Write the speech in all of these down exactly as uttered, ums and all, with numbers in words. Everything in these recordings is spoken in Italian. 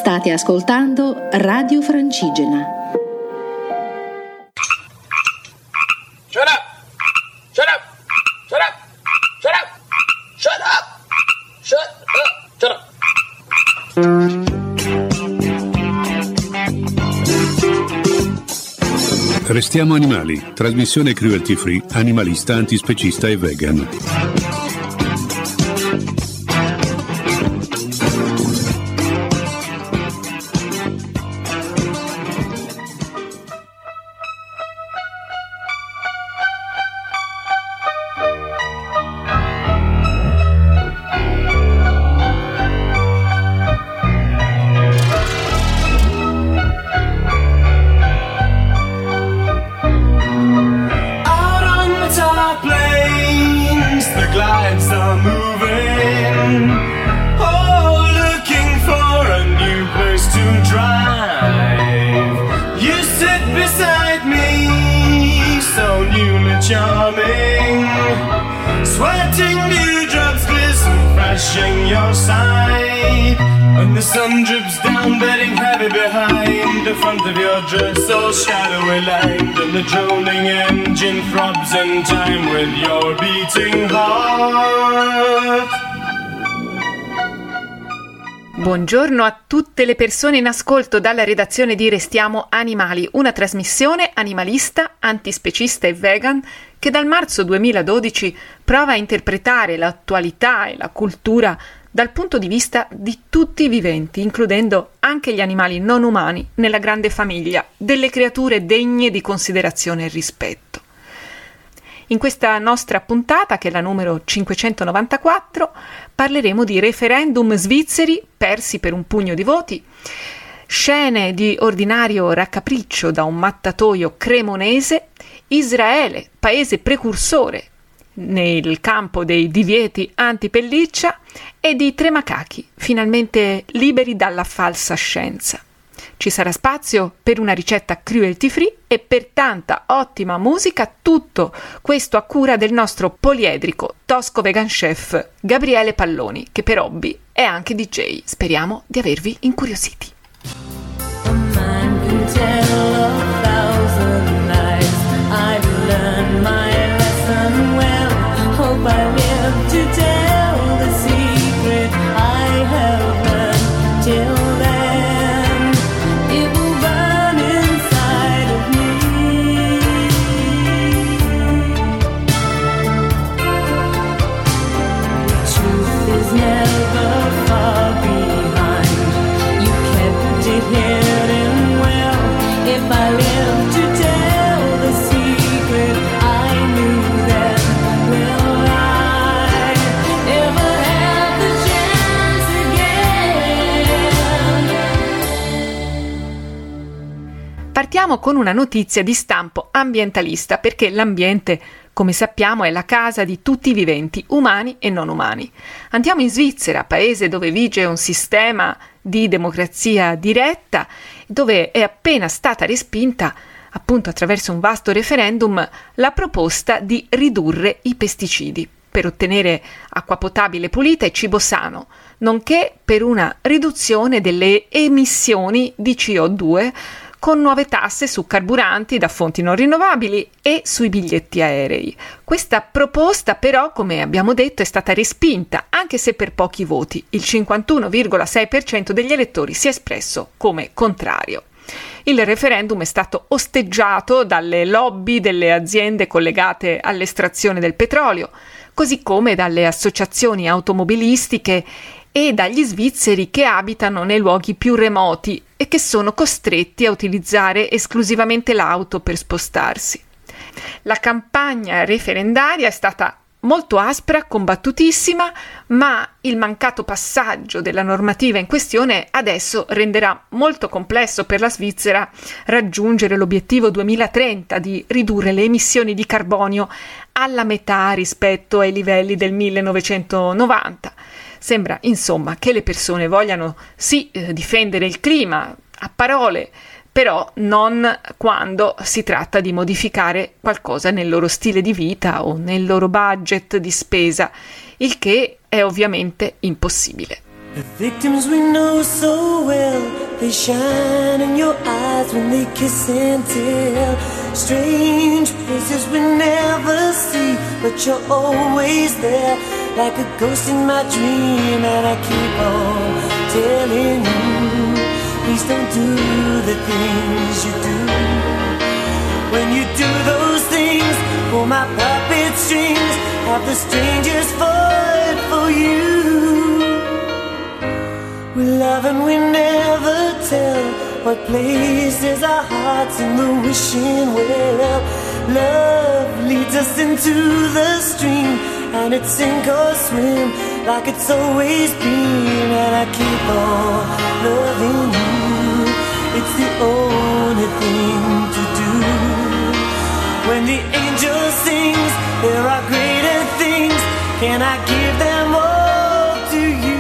State ascoltando Radio Francigena. Shut up! Shut up! Shut up! Shut up! Shut up! Shut up! Shut up! Restiamo animali, trasmissione cruelty free, animalista, antispecista e vegan. Sun drips down, bedding heavy behind the front of your dress, all shadowy lined, and the droning engine throbs in time with your beating heart. Buongiorno a tutte le persone in ascolto dalla redazione di Restiamo Animali, una trasmissione animalista, antispecista e vegan che dal marzo duemiladodici prova a interpretare l'attualità e la cultura dal punto di vista di tutti i viventi, includendo anche gli animali non umani nella grande famiglia delle creature degne di considerazione e rispetto. In questa nostra puntata, che è la numero cinquecentonovantaquattro, parleremo di referendum svizzeri persi per un pugno di voti, scene di ordinario raccapriccio da un mattatoio cremonese, Israele, paese precursore nel campo dei divieti antipelliccia, e di tre macachi finalmente liberi dalla falsa scienza. Ci sarà spazio per una ricetta cruelty free e per tanta ottima musica, tutto questo a cura del nostro poliedrico tosco vegan chef Gabriele Palloni, che per hobby è anche D J. Speriamo di avervi incuriositi. A man can tell a thousand lies. I've learned my lesson well. Hope I live to tell the secret I have learned. Till then, it will burn inside of me. The truth is never far behind. You kept it hidden well. If I live to tell the secret I knew then, will I ever have the chance again? Partiamo con una notizia di stampo ambientalista, perché l'ambiente, come sappiamo, è la casa di tutti i viventi, umani e non umani. Andiamo in Svizzera, paese dove vige un sistema di democrazia diretta, dove è appena stata respinta, appunto attraverso un vasto referendum, la proposta di ridurre i pesticidi per ottenere acqua potabile pulita e cibo sano, nonché per una riduzione delle emissioni di C O due con nuove tasse su carburanti da fonti non rinnovabili e sui biglietti aerei. Questa proposta però, come abbiamo detto, è stata respinta, anche se per pochi voti. Il cinquantuno virgola sei per cento degli elettori si è espresso come contrario. Il referendum è stato osteggiato dalle lobby delle aziende collegate all'estrazione del petrolio, così come dalle associazioni automobilistiche e dagli svizzeri che abitano nei luoghi più remoti e che sono costretti a utilizzare esclusivamente l'auto per spostarsi. La campagna referendaria è stata molto aspra, combattutissima, ma il mancato passaggio della normativa in questione adesso renderà molto complesso per la Svizzera raggiungere l'obiettivo duemilatrenta di ridurre le emissioni di carbonio alla metà rispetto ai livelli del millenovecentonovanta. Sembra, insomma, che le persone vogliano sì eh, difendere il clima a parole, però non quando si tratta di modificare qualcosa nel loro stile di vita o nel loro budget di spesa, il che è ovviamente impossibile. The victims we know so well, they shine in your eyes when they kiss and tell. Strange places we never see, but you're always there, like a ghost in my dream. And I keep on telling you, please don't do the things you do. When you do those things, pull my puppet strings, have the strangers fight for you. We love and we never tell what places our hearts in the wishing well. Love leads us into the stream, and it's sink or swim like it's always been. And I keep on loving you, it's the only thing to do. When the angel sings, there are greater things, can I give them all to you?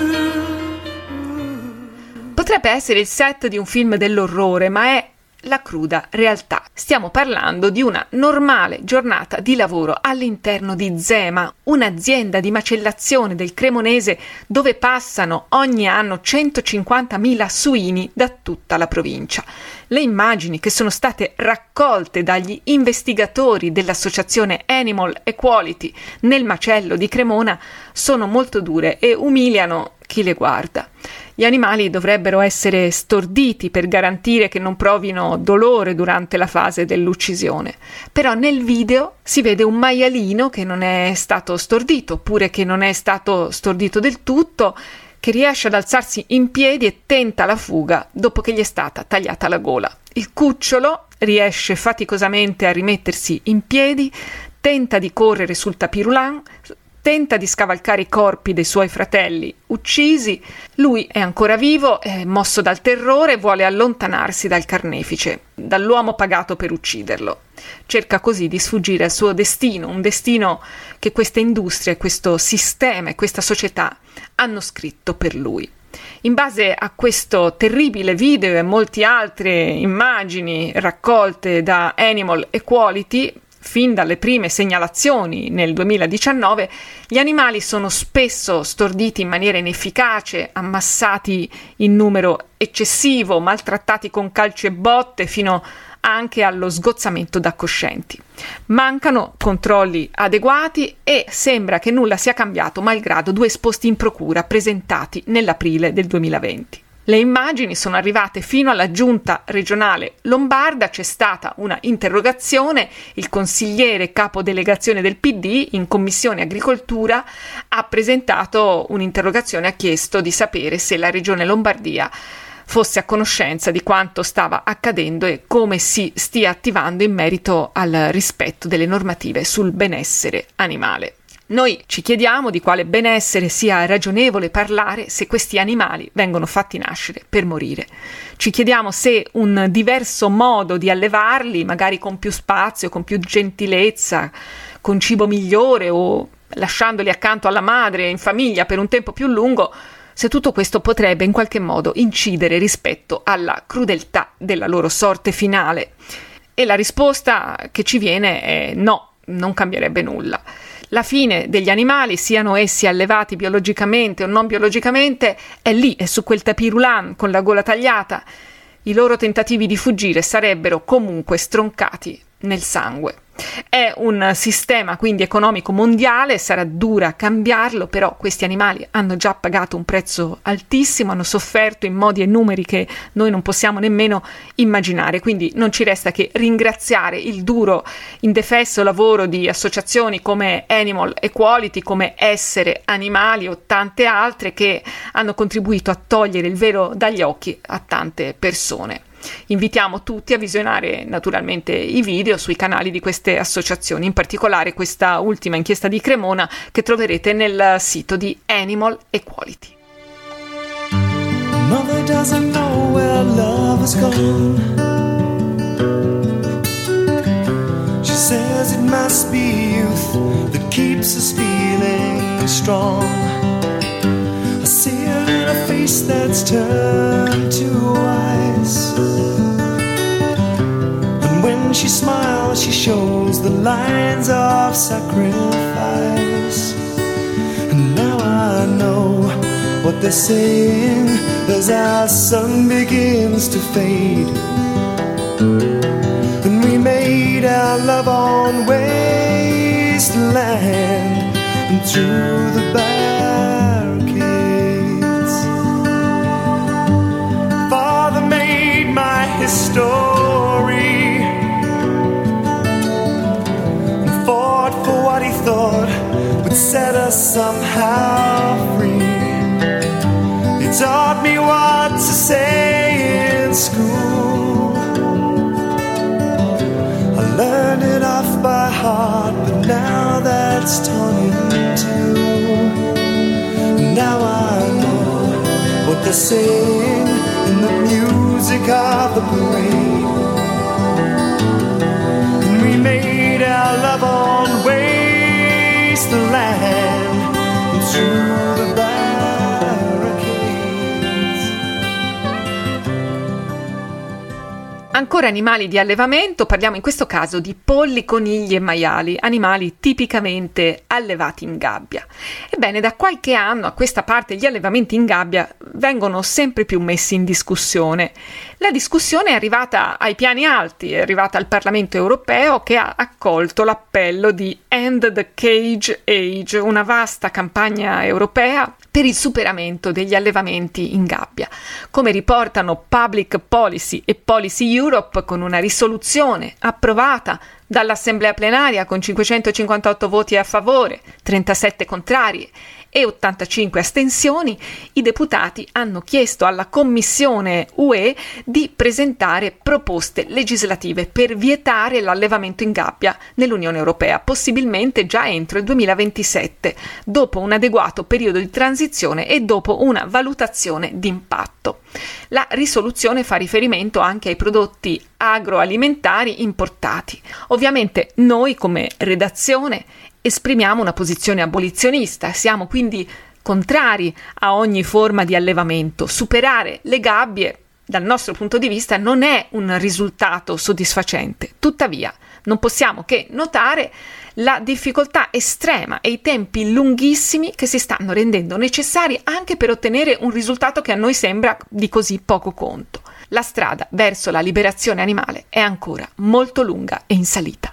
Potrebbe essere il set di un film dell'orrore, ma è la cruda realtà. Stiamo parlando di una normale giornata di lavoro all'interno di Zema, un'azienda di macellazione del Cremonese dove passano ogni anno centocinquantamila suini da tutta la provincia. Le immagini che sono state raccolte dagli investigatori dell'associazione Animal Equality nel macello di Cremona sono molto dure e umiliano chi le guarda. Gli animali dovrebbero essere storditi per garantire che non provino dolore durante la fase dell'uccisione. Però nel video si vede un maialino che non è stato stordito, oppure che non è stato stordito del tutto, che riesce ad alzarsi in piedi e tenta la fuga dopo che gli è stata tagliata la gola. Il cucciolo riesce faticosamente a rimettersi in piedi, tenta di correre sul tapirulan, tenta di scavalcare i corpi dei suoi fratelli uccisi. Lui è ancora vivo, è mosso dal terrore e vuole allontanarsi dal carnefice, dall'uomo pagato per ucciderlo. Cerca così di sfuggire al suo destino, un destino che questa industria, questo sistema e questa società hanno scritto per lui. In base a questo terribile video e molte altre immagini raccolte da Animal Equality, fin dalle prime segnalazioni nel duemiladiciannove, gli animali sono spesso storditi in maniera inefficace, ammassati in numero eccessivo, maltrattati con calci e botte fino anche allo sgozzamento da coscienti. Mancano controlli adeguati e sembra che nulla sia cambiato malgrado due esposti in procura presentati nell'aprile del duemilaventi. Le immagini sono arrivate fino alla giunta regionale lombarda, c'è stata una interrogazione, il consigliere capodelegazione del P D in Commissione Agricoltura ha presentato un'interrogazione, ha chiesto di sapere se la regione Lombardia fosse a conoscenza di quanto stava accadendo e come si stia attivando in merito al rispetto delle normative sul benessere animale. Noi ci chiediamo di quale benessere sia ragionevole parlare se questi animali vengono fatti nascere per morire. Ci chiediamo se un diverso modo di allevarli, magari con più spazio, con più gentilezza, con cibo migliore o lasciandoli accanto alla madre in famiglia per un tempo più lungo, se tutto questo potrebbe in qualche modo incidere rispetto alla crudeltà della loro sorte finale. E la risposta che ci viene è no, non cambierebbe nulla. La fine degli animali, siano essi allevati biologicamente o non biologicamente, è lì, è su quel tapirulan con la gola tagliata. I loro tentativi di fuggire sarebbero comunque stroncati nel sangue. È un sistema quindi economico mondiale, sarà dura cambiarlo, però questi animali hanno già pagato un prezzo altissimo, hanno sofferto in modi e numeri che noi non possiamo nemmeno immaginare, quindi non ci resta che ringraziare il duro, indefesso lavoro di associazioni come Animal Equality, come Essere Animali o tante altre che hanno contribuito a togliere il velo dagli occhi a tante persone. Invitiamo tutti a visionare naturalmente i video sui canali di queste associazioni, in particolare questa ultima inchiesta di Cremona che troverete nel sito di Animal Equality. Mother doesn't know where love has gone. She says it must be youth that keeps us feeling strong. I see her in a face that's turned to ice, and when she smiles she shows the lines of sacrifice. And now I know what what they're saying as our sun begins to fade. And we made our love on wasteland and through the barricades. Father made my history and fought for what he thought would set us somehow free. He taught me what to say in school. I learned it off by heart, but now that's torn in two. Now I know what they're saying in the music of the parade. And we made our love on waste the land and through the barricades. Ancora animali di allevamento, parliamo in questo caso di polli, conigli e maiali, animali tipicamente allevati in gabbia. Ebbene, da qualche anno a questa parte gli allevamenti in gabbia vengono sempre più messi in discussione. La discussione è arrivata ai piani alti, è arrivata al Parlamento europeo, che ha accolto l'appello di End the Cage Age, una vasta campagna europea per il superamento degli allevamenti in gabbia. Come riportano Public Policy e Policy Europe, con una risoluzione approvata dall'Assemblea plenaria con cinquecentocinquantotto voti a favore, trentasette contrarie e ottantacinque astensioni, i deputati hanno chiesto alla Commissione U E di presentare proposte legislative per vietare l'allevamento in gabbia nell'Unione Europea, possibilmente già entro il duemilaventisette, dopo un adeguato periodo di transizione e dopo una valutazione d'impatto. La risoluzione fa riferimento anche ai prodotti agroalimentari importati. Ovviamente noi come redazione esprimiamo una posizione abolizionista, siamo quindi contrari a ogni forma di allevamento. Superare le gabbie, dal nostro punto di vista, non è un risultato soddisfacente. Tuttavia, non possiamo che notare la difficoltà estrema e i tempi lunghissimi che si stanno rendendo necessari anche per ottenere un risultato che a noi sembra di così poco conto. La strada verso la liberazione animale è ancora molto lunga e in salita.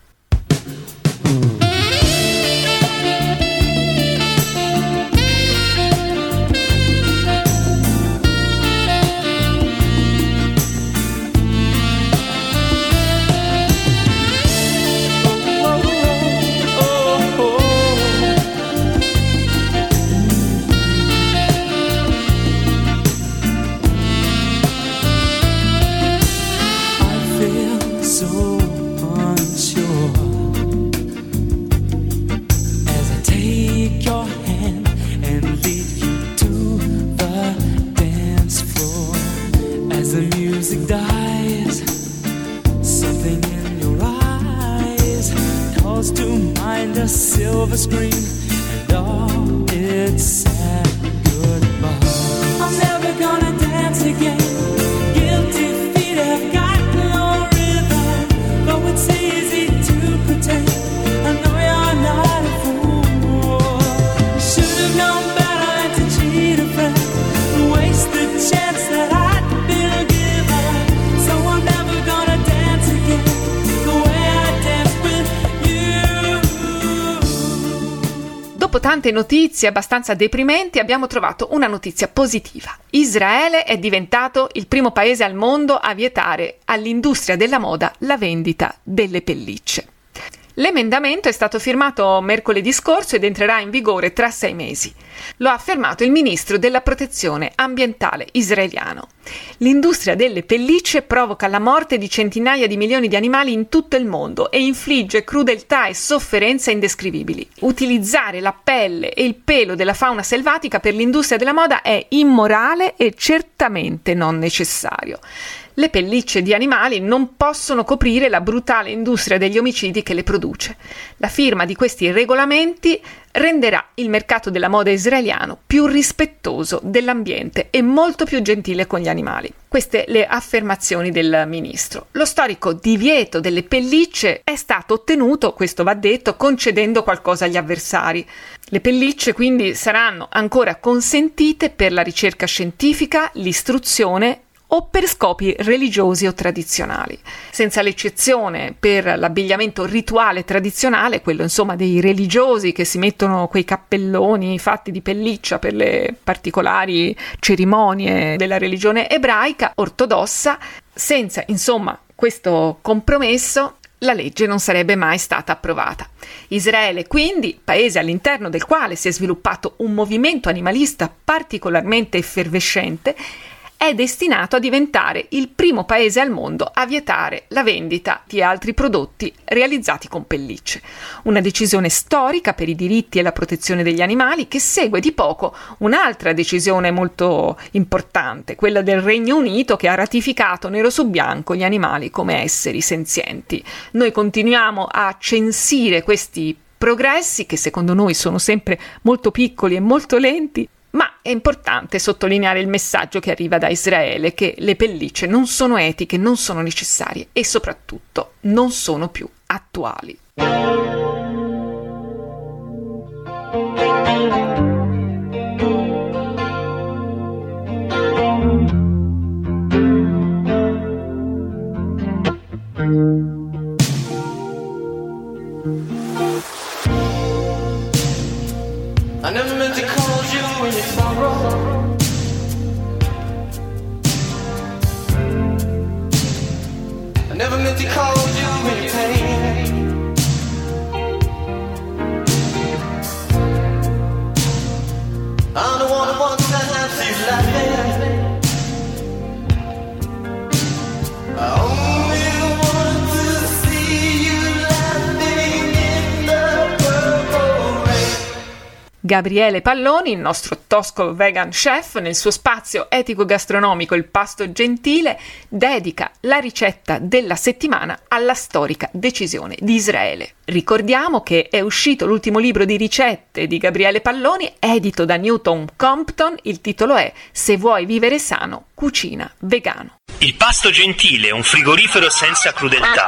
Silver screen and all its sad goodbye. I'm never gonna dance again. Guilty feet have got no rhythm, though it's easy to pretend. I know you're not a fool. You should have known better than to cheat a friend and waste the chance that I'd been given. So I'm never gonna dance again the way I danced with you. Dopo tante notizie abbastanza deprimenti, abbiamo trovato una notizia positiva. Israele è diventato il primo paese al mondo a vietare all'industria della moda la vendita delle pellicce. L'emendamento è stato firmato mercoledì scorso ed entrerà in vigore tra sei mesi. Lo ha affermato il ministro della protezione ambientale israeliano. L'industria delle pellicce provoca la morte di centinaia di milioni di animali in tutto il mondo e infligge crudeltà e sofferenza indescrivibili. Utilizzare la pelle e il pelo della fauna selvatica per l'industria della moda è immorale e certamente non necessario. Le pellicce di animali non possono coprire la brutale industria degli omicidi che le produce. La firma di questi regolamenti renderà il mercato della moda israeliano più rispettoso dell'ambiente e molto più gentile con gli animali. Queste le affermazioni del ministro. Lo storico divieto delle pellicce è stato ottenuto, questo va detto, concedendo qualcosa agli avversari. Le pellicce quindi saranno ancora consentite per la ricerca scientifica, l'istruzione o per scopi religiosi o tradizionali, senza l'eccezione per l'abbigliamento rituale tradizionale, quello insomma dei religiosi che si mettono quei cappelloni fatti di pelliccia per le particolari cerimonie della religione ebraica ortodossa. Senza insomma questo compromesso la legge non sarebbe mai stata approvata. Israele, quindi, paese all'interno del quale si è sviluppato un movimento animalista particolarmente effervescente, è destinato a diventare il primo paese al mondo a vietare la vendita di altri prodotti realizzati con pellicce. Una decisione storica per i diritti e la protezione degli animali che segue di poco un'altra decisione molto importante, quella del Regno Unito, che ha ratificato nero su bianco gli animali come esseri senzienti. Noi continuiamo a censire questi progressi che secondo noi sono sempre molto piccoli e molto lenti, ma è importante sottolineare il messaggio che arriva da Israele, che le pellicce non sono etiche, non sono necessarie e soprattutto non sono più attuali. I never meant to call you in your sorrow. I never meant to call you in your pain. I'm the one who wants to have you laughing. I only want to see you laughing in the purple rain. Gabriele Palloni, il nostro tosco vegan chef, nel suo spazio etico-gastronomico Il Pasto Gentile, dedica la ricetta della settimana alla storica decisione di Israele. Ricordiamo che è uscito l'ultimo libro di ricette di Gabriele Palloni, edito da Newton Compton. Il titolo è Se vuoi vivere sano, cucina vegano. Il Pasto Gentile, un frigorifero senza crudeltà.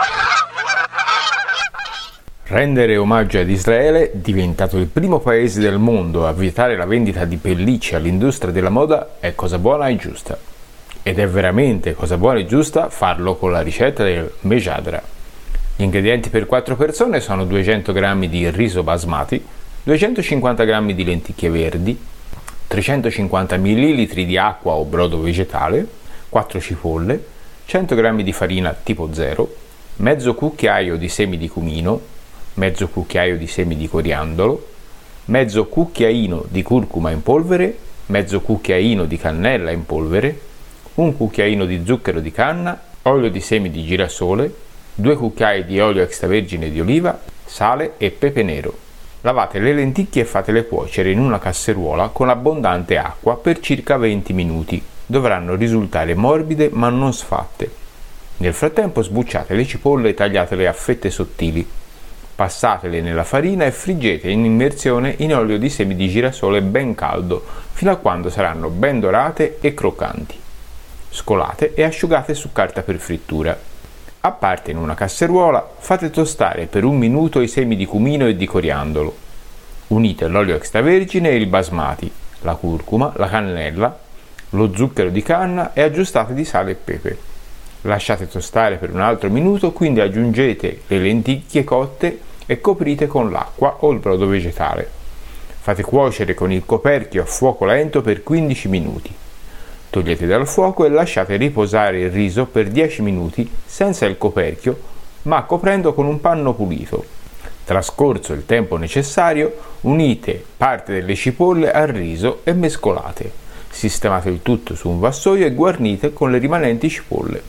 Rendere omaggio ad Israele, diventato il primo paese del mondo a vietare la vendita di pellicce all'industria della moda, è cosa buona e giusta. Ed è veramente cosa buona e giusta farlo con la ricetta del Mejadra. Gli ingredienti per quattro persone sono duecento grammi di riso basmati, duecentocinquanta grammi di lenticchie verdi, trecentocinquanta millilitri di acqua o brodo vegetale, quattro cipolle, cento grammi di farina tipo zero, mezzo cucchiaio di semi di cumino, mezzo cucchiaio di semi di coriandolo, mezzo cucchiaino di curcuma in polvere, mezzo cucchiaino di cannella in polvere, un cucchiaino di zucchero di canna, olio di semi di girasole, due cucchiai di olio extravergine di oliva, sale e pepe nero. Lavate le lenticchie e fatele cuocere in una casseruola con abbondante acqua per circa venti minuti. Dovranno risultare morbide ma non sfatte. Nel frattempo sbucciate le cipolle e tagliatele a fette sottili. Passatele nella farina e friggete in immersione in olio di semi di girasole ben caldo fino a quando saranno ben dorate e croccanti. Scolate e asciugate su carta per frittura. A parte in una casseruola fate tostare per un minuto i semi di cumino e di coriandolo. Unite l'olio extravergine e il basmati, la curcuma, la cannella, lo zucchero di canna e aggiustate di sale e pepe. Lasciate tostare per un altro minuto, quindi aggiungete le lenticchie cotte e coprite con l'acqua o il brodo vegetale. Fate cuocere con il coperchio a fuoco lento per quindici minuti. Togliete dal fuoco e lasciate riposare il riso per dieci minuti senza il coperchio, ma coprendo con un panno pulito. Trascorso il tempo necessario, unite parte delle cipolle al riso e mescolate. Sistemate il tutto su un vassoio e guarnite con le rimanenti cipolle.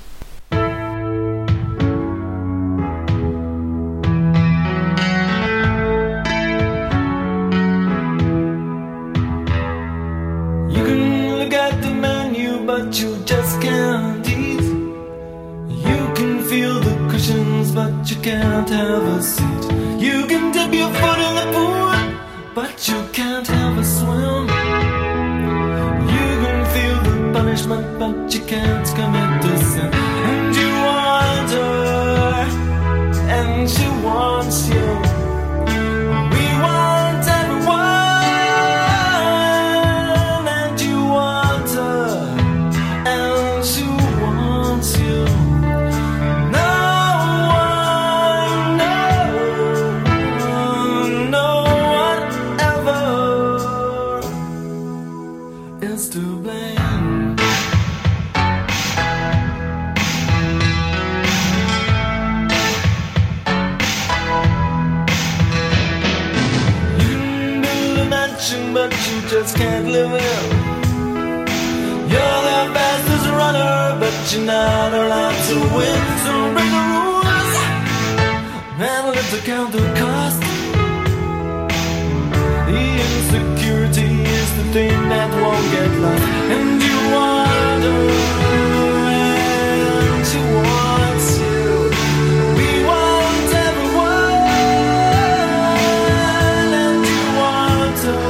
You can look at the menu, but you just can't eat. feel the cushions, but you can't have a seat. You can dip your foot in the pool, but you can't have a swim. You can feel the punishment, but you can't commit the sin. And you want her, and she wants you. We want everyone, and you want her, and she wants you. No one, no one, no one ever is to blame. But you just can't live in. You're the fastest runner, but you're not allowed to win. So break the rules and let the counter cost. The insecurity is the thing that won't get lost. And you want her, and she wants you. We want everyone, and you want her.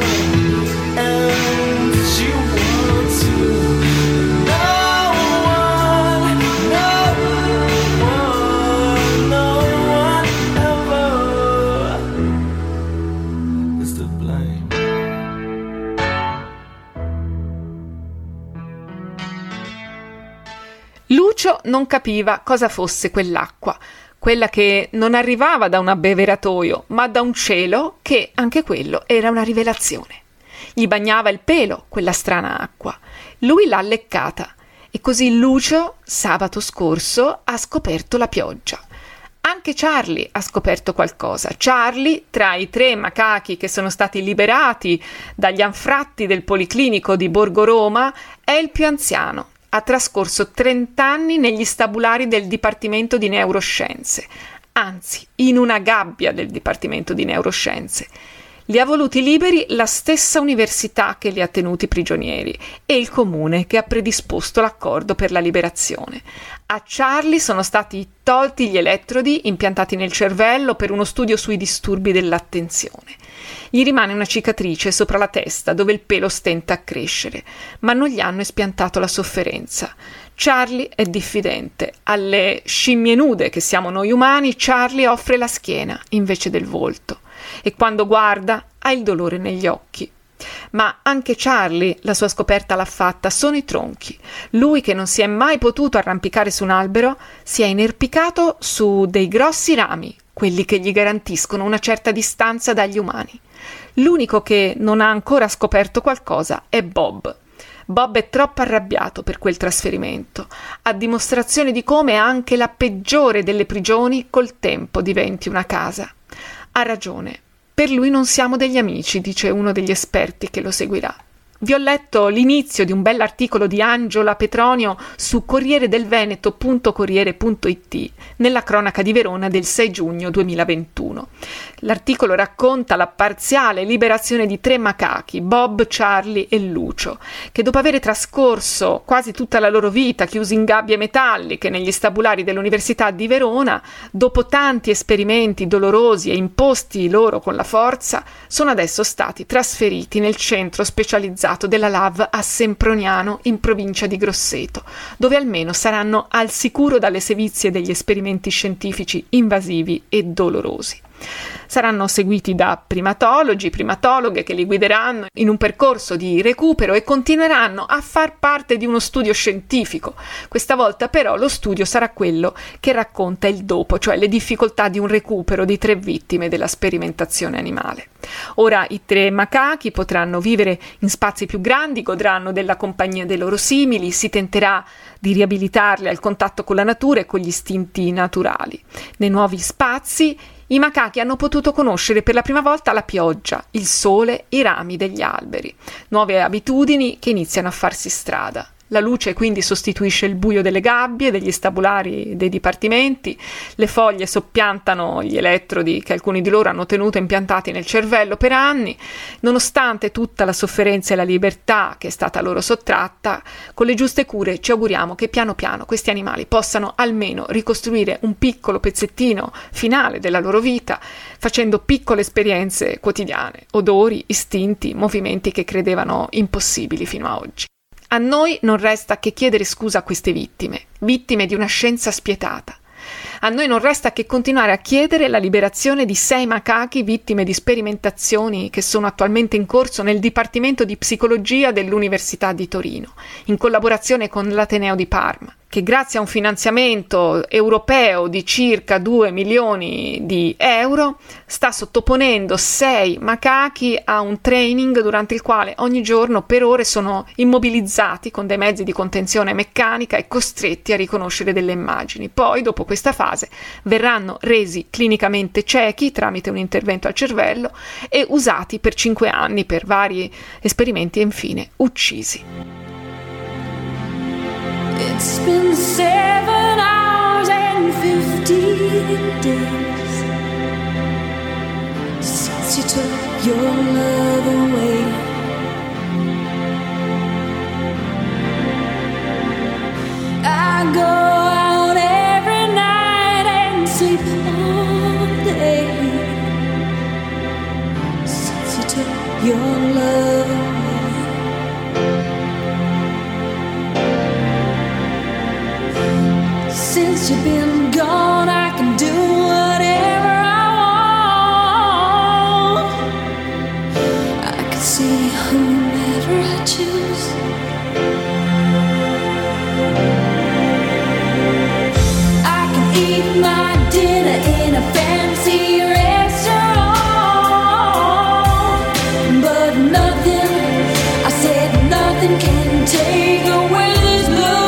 Lucio non capiva cosa fosse quell'acqua, quella che non arrivava da un abbeveratoio, ma da un cielo che, anche quello, era una rivelazione. Gli bagnava il pelo quella strana acqua. Lui l'ha leccata e così Lucio, sabato scorso, ha scoperto la pioggia. Anche Charlie ha scoperto qualcosa. Charlie, tra i tre macachi che sono stati liberati dagli anfratti del Policlinico di Borgo Roma, è il più anziano. Ha trascorso trent'anni negli stabulari del Dipartimento di Neuroscienze, anzi, in una gabbia del Dipartimento di Neuroscienze. Li ha voluti liberi la stessa università che li ha tenuti prigionieri e il comune che ha predisposto l'accordo per la liberazione. A Charlie sono stati tolti gli elettrodi impiantati nel cervello per uno studio sui disturbi dell'attenzione. Gli rimane una cicatrice sopra la testa dove il pelo stenta a crescere, ma non gli hanno espiantato la sofferenza. Charlie è diffidente. Alle scimmie nude che siamo noi umani, Charlie offre la schiena invece del volto e quando guarda ha il dolore negli occhi. Ma anche Charlie la sua scoperta l'ha fatta, sono i tronchi. Lui che non si è mai potuto arrampicare su un albero si è inerpicato su dei grossi rami, quelli che gli garantiscono una certa distanza dagli umani. L'unico che non ha ancora scoperto qualcosa è Bob. Bob è troppo arrabbiato per quel trasferimento, a dimostrazione di come anche la peggiore delle prigioni col tempo diventi una casa. Ha ragione. Per lui non siamo degli amici, dice uno degli esperti che lo seguirà. Vi ho letto l'inizio di un bell'articolo di Angela Petronio su corriere del veneto punto corriere punto it nella cronaca di Verona del sei giugno duemilaventuno. L'articolo racconta la parziale liberazione di tre macachi, Bob, Charlie e Lucio, che dopo aver trascorso quasi tutta la loro vita chiusi in gabbie metalliche negli stabulari dell'Università di Verona, dopo tanti esperimenti dolorosi e imposti loro con la forza, sono adesso stati trasferiti nel centro specializzato della L A V a Semproniano in provincia di Grosseto, dove almeno saranno al sicuro dalle sevizie degli esperimenti scientifici invasivi e dolorosi. Saranno seguiti da primatologi, primatologhe che li guideranno in un percorso di recupero e continueranno a far parte di uno studio scientifico. Questa volta però lo studio sarà quello che racconta il dopo, cioè le difficoltà di un recupero di tre vittime della sperimentazione animale. Ora i tre macachi potranno vivere in spazi più grandi, godranno della compagnia dei loro simili, si tenterà di riabilitarli al contatto con la natura e con gli istinti naturali. Nei nuovi spazi i macachi hanno potuto conoscere per la prima volta la pioggia, il sole, i rami degli alberi, nuove abitudini che iniziano a farsi strada. La luce quindi sostituisce il buio delle gabbie, degli stabulari dei dipartimenti, le foglie soppiantano gli elettrodi che alcuni di loro hanno tenuto impiantati nel cervello per anni. Nonostante tutta la sofferenza e la libertà che è stata loro sottratta, con le giuste cure ci auguriamo che piano piano questi animali possano almeno ricostruire un piccolo pezzettino finale della loro vita, facendo piccole esperienze quotidiane, odori, istinti, movimenti che credevano impossibili fino a oggi. A noi non resta che chiedere scusa a queste vittime, vittime di una scienza spietata. A noi non resta che continuare a chiedere la liberazione di sei macachi vittime di sperimentazioni che sono attualmente in corso nel Dipartimento di Psicologia dell'Università di Torino, in collaborazione con l'Ateneo di Parma, che grazie a un finanziamento europeo di circa due milioni di euro sta sottoponendo sei macachi a un training durante il quale ogni giorno per ore sono immobilizzati con dei mezzi di contenzione meccanica e costretti a riconoscere delle immagini. Poi, dopo questa fase, verranno resi clinicamente ciechi tramite un intervento al cervello e usati per cinque anni per vari esperimenti e infine uccisi. It's been seven hours and fifteen days since you took your love away. I go out every night and sleep all day since you took your love away. Since you've been gone, I can do whatever I want. I can see whomever I choose. I can eat my dinner in a fancy restaurant, but nothing, I said nothing can take away this love.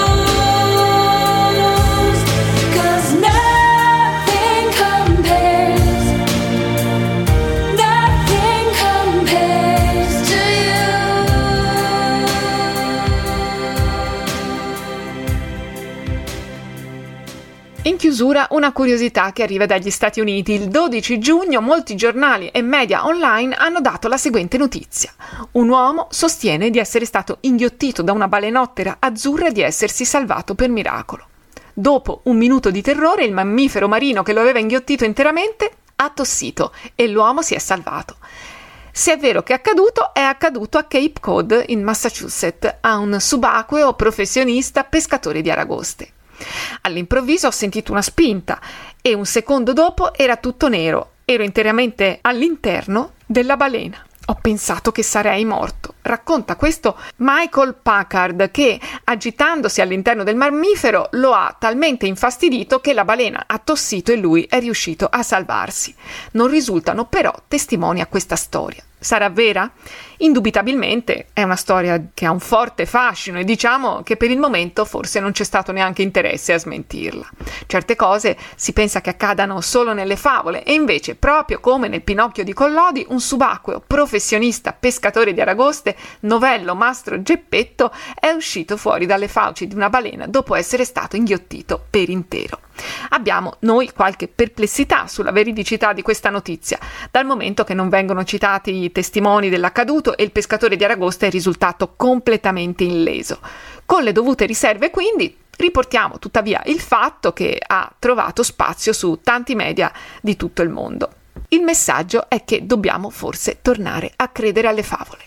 In chiusura, una curiosità che arriva dagli Stati Uniti. Il dodici giugno molti giornali e media online hanno dato la seguente notizia. Un uomo sostiene di essere stato inghiottito da una balenottera azzurra e di essersi salvato per miracolo. Dopo un minuto di terrore, il mammifero marino che lo aveva inghiottito interamente ha tossito e l'uomo si è salvato. Se è vero che è accaduto, è accaduto a Cape Cod, in Massachusetts, a un subacqueo professionista pescatore di aragoste. All'improvviso ho sentito una spinta e un secondo dopo era tutto nero. Ero interamente all'interno della balena. Ho pensato che sarei morto. Racconta questo Michael Packard che, agitandosi all'interno del mammifero, lo ha talmente infastidito che la balena ha tossito e lui è riuscito a salvarsi. Non risultano però testimoni a questa storia. Sarà vera? Indubitabilmente è una storia che ha un forte fascino e diciamo che per il momento forse non c'è stato neanche interesse a smentirla. Certe cose si pensa che accadano solo nelle favole e invece, proprio come nel Pinocchio di Collodi, un subacqueo professionista pescatore di aragoste, Novello Mastro Geppetto, è uscito fuori dalle fauci di una balena dopo essere stato inghiottito per intero. Abbiamo noi qualche perplessità sulla veridicità di questa notizia, dal momento che non vengono citati i testimoni dell'accaduto e il pescatore di aragoste è risultato completamente illeso. Con le dovute riserve, quindi, riportiamo tuttavia il fatto che ha trovato spazio su tanti media di tutto il mondo. Il messaggio è che dobbiamo forse tornare a credere alle favole.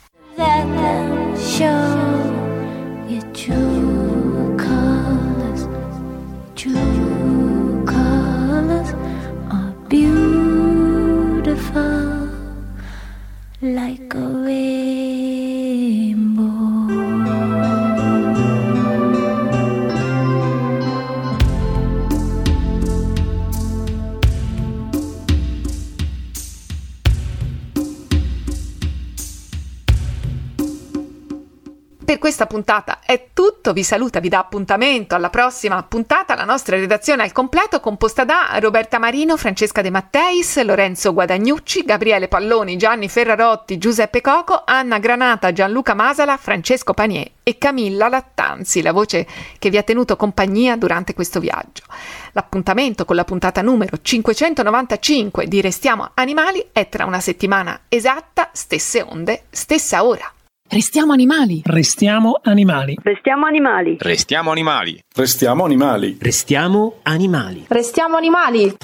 Beautiful like a rainbow. Per questa puntata è tutto, vi saluta, vi dà appuntamento alla prossima puntata, la nostra redazione al completo composta da Roberta Marino, Francesca De Matteis, Lorenzo Guadagnucci, Gabriele Palloni, Gianni Ferrarotti, Giuseppe Coco, Anna Granata, Gianluca Masala, Francesco Panier e Camilla Lattanzi, la voce che vi ha tenuto compagnia durante questo viaggio. L'appuntamento con la puntata numero cinquecentonovantacinque di Restiamo Animali è tra una settimana esatta, stesse onde, stessa ora. Restiamo animali. Restiamo animali. Restiamo animali. Restiamo animali. Restiamo animali. Restiamo animali. Restiamo animali.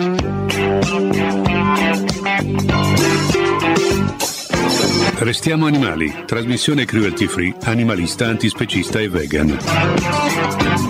Restiamo animali, trasmissione cruelty free, animalista, antispecista e vegan.